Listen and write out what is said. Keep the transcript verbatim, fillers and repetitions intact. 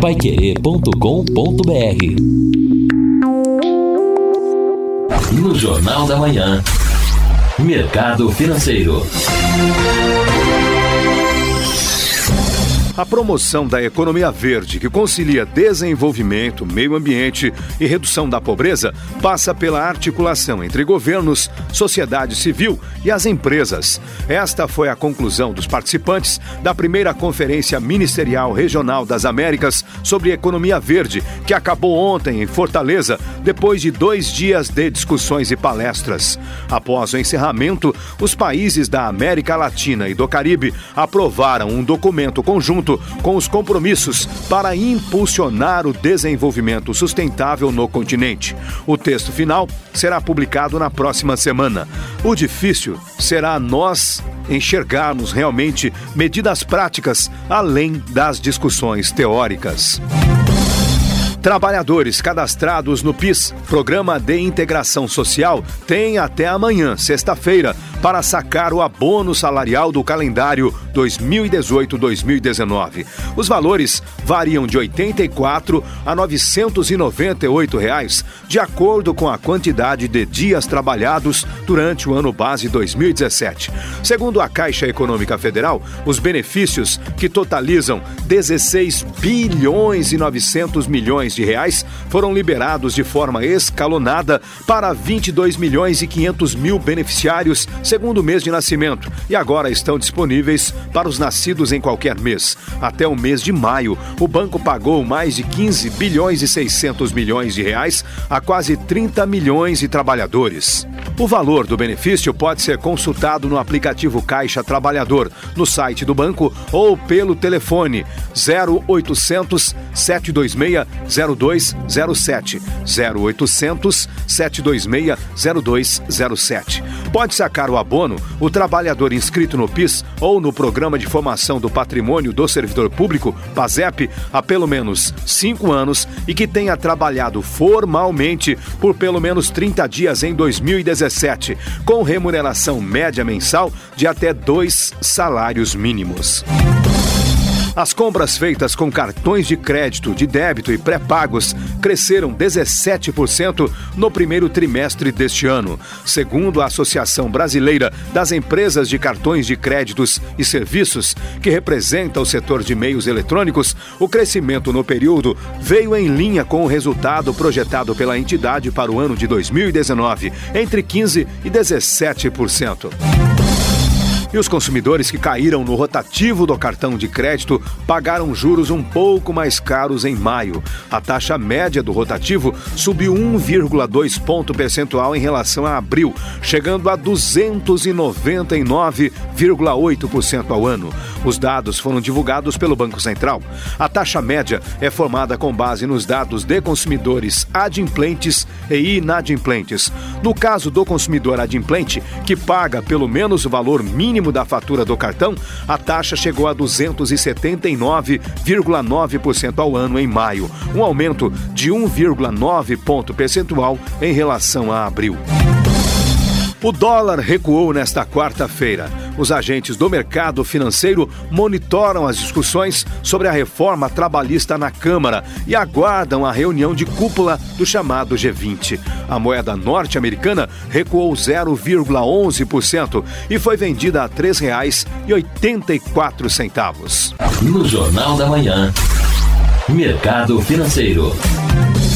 paiquerê ponto com ponto br. No Jornal da Manhã, Mercado Financeiro. A promoção da economia verde, que concilia desenvolvimento, meio ambiente e redução da pobreza, passa pela articulação entre governos, sociedade civil e as empresas. Esta foi a conclusão dos participantes da primeira Conferência Ministerial Regional das Américas sobre Economia Verde, que acabou ontem em Fortaleza, depois de dois dias de discussões e palestras. Após o encerramento, os países da América Latina e do Caribe aprovaram um documento conjunto com os compromissos para impulsionar o desenvolvimento sustentável no continente. O texto final será publicado na próxima semana. O difícil será nós enxergarmos realmente medidas práticas além das discussões teóricas. Trabalhadores cadastrados no PIS, Programa de Integração Social, têm até amanhã, sexta-feira, para sacar o abono salarial do calendário dois mil e dezoito a dois mil e dezenove. Os valores variam de oitenta e quatro reais a novecentos e noventa e oito reais, de acordo com a quantidade de dias trabalhados durante o ano base dois mil e dezessete. Segundo a Caixa Econômica Federal, os benefícios, que totalizam dezesseis bilhões e novecentos milhões de reais, foram liberados de forma escalonada para vinte e dois milhões e quinhentos mil beneficiários segundo o mês de nascimento e agora estão disponíveis para os nascidos em qualquer mês. Até o mês de maio, o banco pagou mais de quinze bilhões e seiscentos milhões de reais a quase trinta milhões de trabalhadores. O valor do benefício pode ser consultado no aplicativo Caixa Trabalhador, no site do banco ou pelo telefone zero oitocentos, sete dois seis, zero dois zero sete, zero oitocentos, sete dois seis, zero dois zero sete. Pode sacar o abono o trabalhador inscrito no PIS ou no Programa de Formação do Patrimônio do Servidor Público, PASEP, há pelo menos cinco anos e que tenha trabalhado formalmente por pelo menos trinta dias em dois mil e dezessete, com remuneração média mensal de até dois salários mínimos. As compras feitas com cartões de crédito, de débito e pré-pagos cresceram dezessete por cento no primeiro trimestre deste ano. Segundo a Associação Brasileira das Empresas de Cartões de Créditos e Serviços, que representa o setor de meios eletrônicos, o crescimento no período veio em linha com o resultado projetado pela entidade para o ano de dois mil e dezenove, entre quinze por cento e dezessete por cento. E os consumidores que caíram no rotativo do cartão de crédito pagaram juros um pouco mais caros em maio. A taxa média do rotativo subiu um vírgula dois ponto percentual em relação a abril, chegando a duzentos e noventa e nove vírgula oito por cento ao ano. Os dados foram divulgados pelo Banco Central. A taxa média é formada com base nos dados de consumidores adimplentes e inadimplentes. No caso do consumidor adimplente, que paga pelo menos o valor mínimo da fatura do cartão, a taxa chegou a duzentos e setenta e nove vírgula nove por cento ao ano em maio, um aumento de um vírgula nove ponto percentual em relação a abril. O dólar recuou nesta quarta-feira. Os agentes do mercado financeiro monitoram as discussões sobre a reforma trabalhista na Câmara e aguardam a reunião de cúpula do chamado G vinte. A moeda norte-americana recuou zero vírgula onze por cento e foi vendida a três reais e oitenta e quatro centavos. No Jornal da Manhã, Mercado Financeiro.